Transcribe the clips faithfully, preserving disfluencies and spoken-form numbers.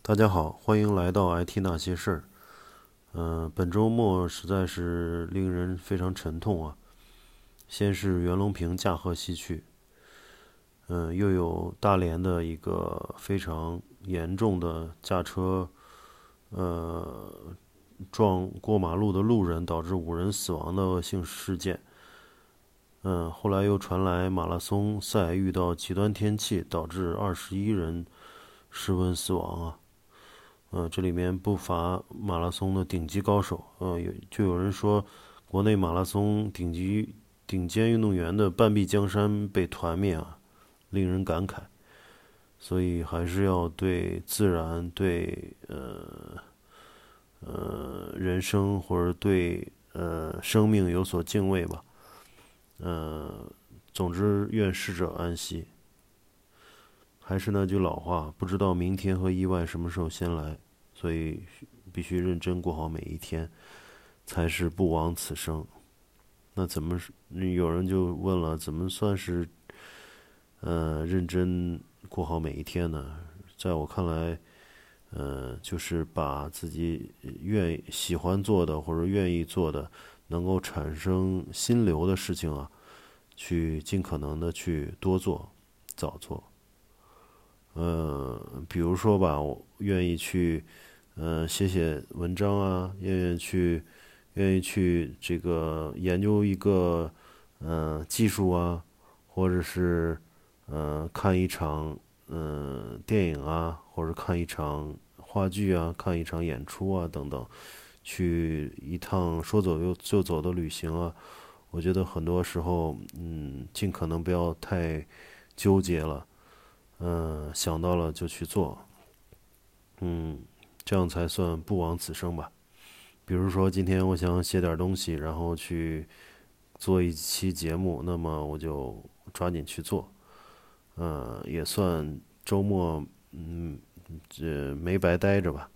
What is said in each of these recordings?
大家好，欢迎来到 I T 那些事儿。嗯、呃，本周末实在是令人非常沉痛啊。先是袁隆平驾鹤西去，嗯、呃，又有大连的一个非常严重的驾车，呃，撞过马路的路人导致五人死亡的恶性事件。嗯、呃，后来又传来马拉松赛遇到极端天气，导致二十一人失温死亡啊。呃，这里面不乏马拉松的顶级高手。呃，有就有人说，国内马拉松顶级顶尖运动员的半壁江山被团灭啊，令人感慨。所以还是要对自然、对呃呃人生或者对呃生命有所敬畏吧。呃，总之愿逝者安息。还是那句老话，不知道明天和意外什么时候先来，所以必须认真过好每一天，才是不枉此生。那怎么有人就问了，怎么算是呃认真过好每一天呢？在我看来，呃，就是把自己愿意喜欢做的或者愿意做的，能够产生心流的事情啊，去尽可能的去多做、早做。呃，比如说吧，我愿意去，呃，写写文章啊，愿意去，愿意去这个研究一个，呃，技术啊，或者是，呃，看一场，呃，电影啊，或者看一场话剧啊，看一场演出啊，等等，去一趟说走就就走的旅行啊，我觉得很多时候，嗯，尽可能不要太纠结了。嗯，想到了就去做，嗯，这样才算不枉此生吧。比如说，今天我想写点东西，然后去做一期节目，那么我就抓紧去做，呃，也算周末，嗯，这没白待着吧。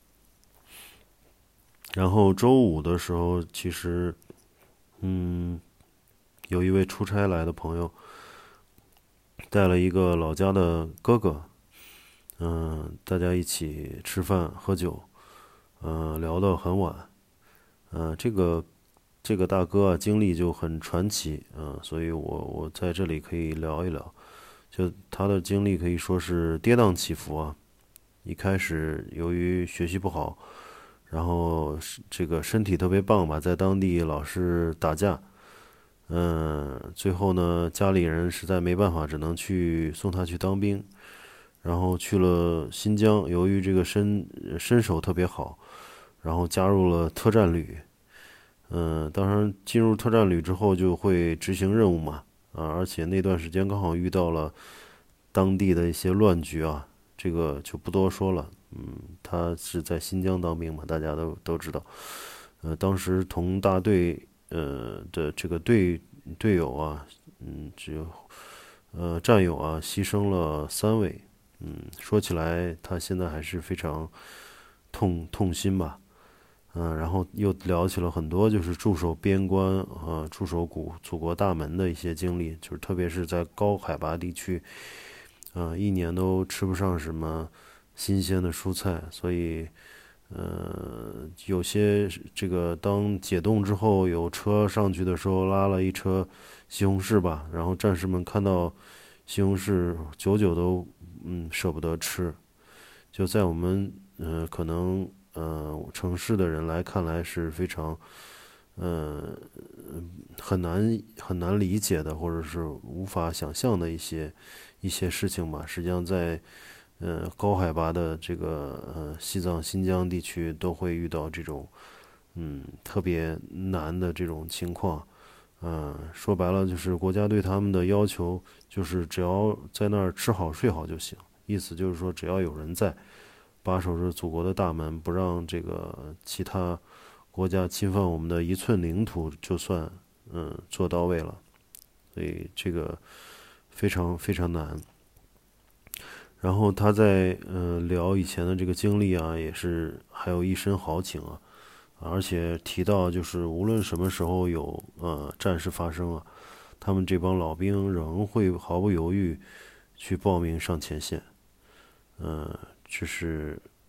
然后周五的时候，其实，嗯，有一位出差来的朋友带了一个老家的哥哥，嗯，大家一起吃饭喝酒，嗯，聊到很晚。嗯，这个这个大哥啊，经历就很传奇。嗯，所以我我在这里可以聊一聊，就他的经历可以说是跌宕起伏啊。一开始由于学习不好，然后是这个身体特别棒吧，在当地老是打架。嗯，最后呢，家里人实在没办法，只能去送他去当兵。然后去了新疆，由于这个身身手特别好，然后加入了特战旅。嗯，当然进入特战旅之后就会执行任务嘛，啊，而且那段时间刚好遇到了当地的一些乱局啊，这个就不多说了。嗯，他是在新疆当兵嘛，大家都都知道。呃，当时同大队呃的这个队队友啊，嗯，只有呃战友啊，牺牲了三位。嗯，说起来他现在还是非常痛痛心吧。嗯，然后又聊起了很多就是驻守边关呃驻守古祖国大门的一些经历，就是特别是在高海拔地区，呃，一年都吃不上什么新鲜的蔬菜，所以呃，有些这个当解冻之后有车上去的时候，拉了一车西红柿吧，然后战士们看到西红柿，久久都嗯舍不得吃。就在我们呃可能呃城市的人来看来是非常呃很难很难理解的，或者是无法想象的一些一些事情吧。实际上在呃高海拔的这个呃西藏、新疆地区都会遇到这种嗯特别难的这种情况。嗯、呃说白了就是国家对他们的要求就是只要在那儿吃好睡好就行，意思就是说只要有人在，把守着祖国的大门，不让这个其他国家侵犯我们的一寸领土，就算嗯做到位了。所以这个非常非常难。然后他在呃聊以前的这个经历啊，也是还有一身豪情啊，而且提到就是无论什么时候有呃战事发生啊，他们这帮老兵仍会毫不犹豫去报名上前线。呃，这是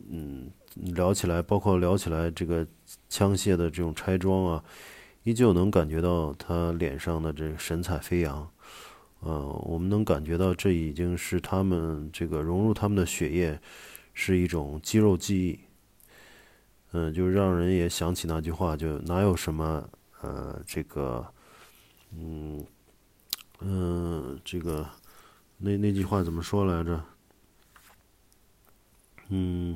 嗯，聊起来，包括聊起来这个枪械的这种拆装啊，依旧能感觉到他脸上的这个神采飞扬。呃，我们能感觉到这已经是他们这个融入他们的血液，是一种肌肉记忆。嗯、呃，就让人也想起那句话，就哪有什么呃这个嗯嗯、呃、这个那那句话怎么说来着？嗯，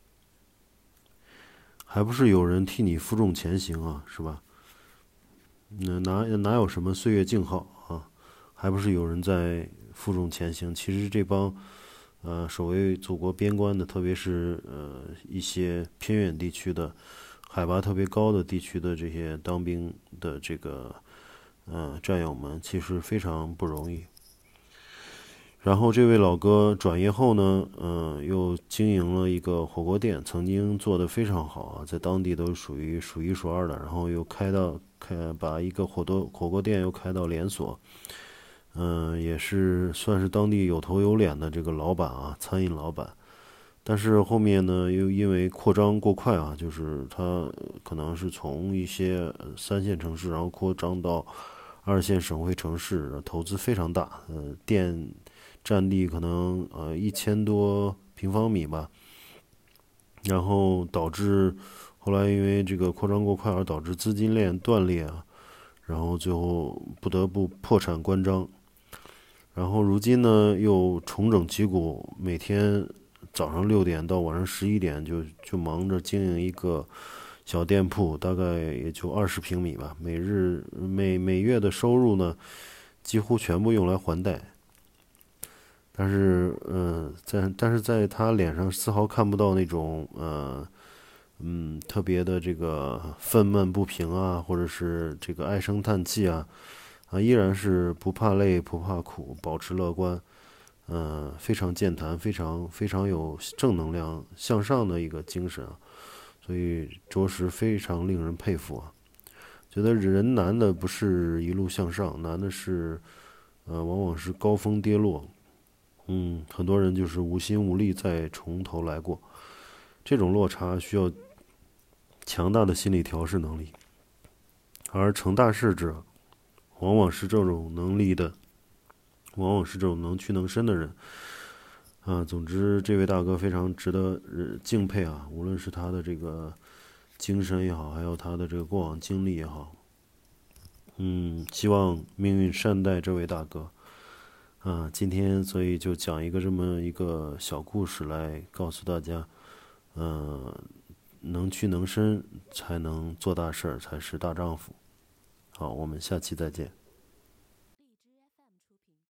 还不是有人替你负重前行啊，是吧？那哪哪有什么岁月静好啊？还不是有人在负重前行？其实这帮呃守卫祖国边关的，特别是呃一些偏远地区的、海拔特别高的地区的这些当兵的这个呃战友们，其实非常不容易。然后这位老哥转业后呢，嗯、呃，又经营了一个火锅店，曾经做得非常好啊，在当地都属于数一数二的。然后又开到开把一个火锅火锅店又开到连锁，嗯、呃，也是算是当地有头有脸的这个老板啊，餐饮老板。但是后面呢，又因为扩张过快啊，就是他可能是从一些三线城市，然后扩张到二线省会城市，投资非常大，呃，店占地可能呃一千多平方米吧，然后导致后来因为这个扩张过快而导致资金链断裂啊，然后最后不得不破产关张，然后如今呢又重整旗鼓，每天早上六点到晚上十一点就就忙着经营一个小店铺，大概也就二十平米吧，每日每每月的收入呢几乎全部用来还贷。但是，嗯、呃，在但是在他脸上丝毫看不到那种，呃，嗯，特别的这个愤懑不平啊，或者是这个唉声叹气啊，啊，依然是不怕累不怕苦，保持乐观，嗯、呃，非常健谈，非常非常有正能量向上的一个精神啊，所以着实非常令人佩服啊。觉得人难的不是一路向上，难的是，呃，往往是高峰跌落。嗯，很多人就是无心无力再从头来过，这种落差需要强大的心理调试能力，而成大事者往往是这种能力的，往往是这种能屈能伸的人啊。总之，这位大哥非常值得呃敬佩啊，无论是他的这个精神也好，还有他的这个过往经历也好，嗯，希望命运善待这位大哥。啊，今天所以就讲一个这么一个小故事来告诉大家，呃，能屈能伸才能做大事儿，才是大丈夫。好，我们下期再见。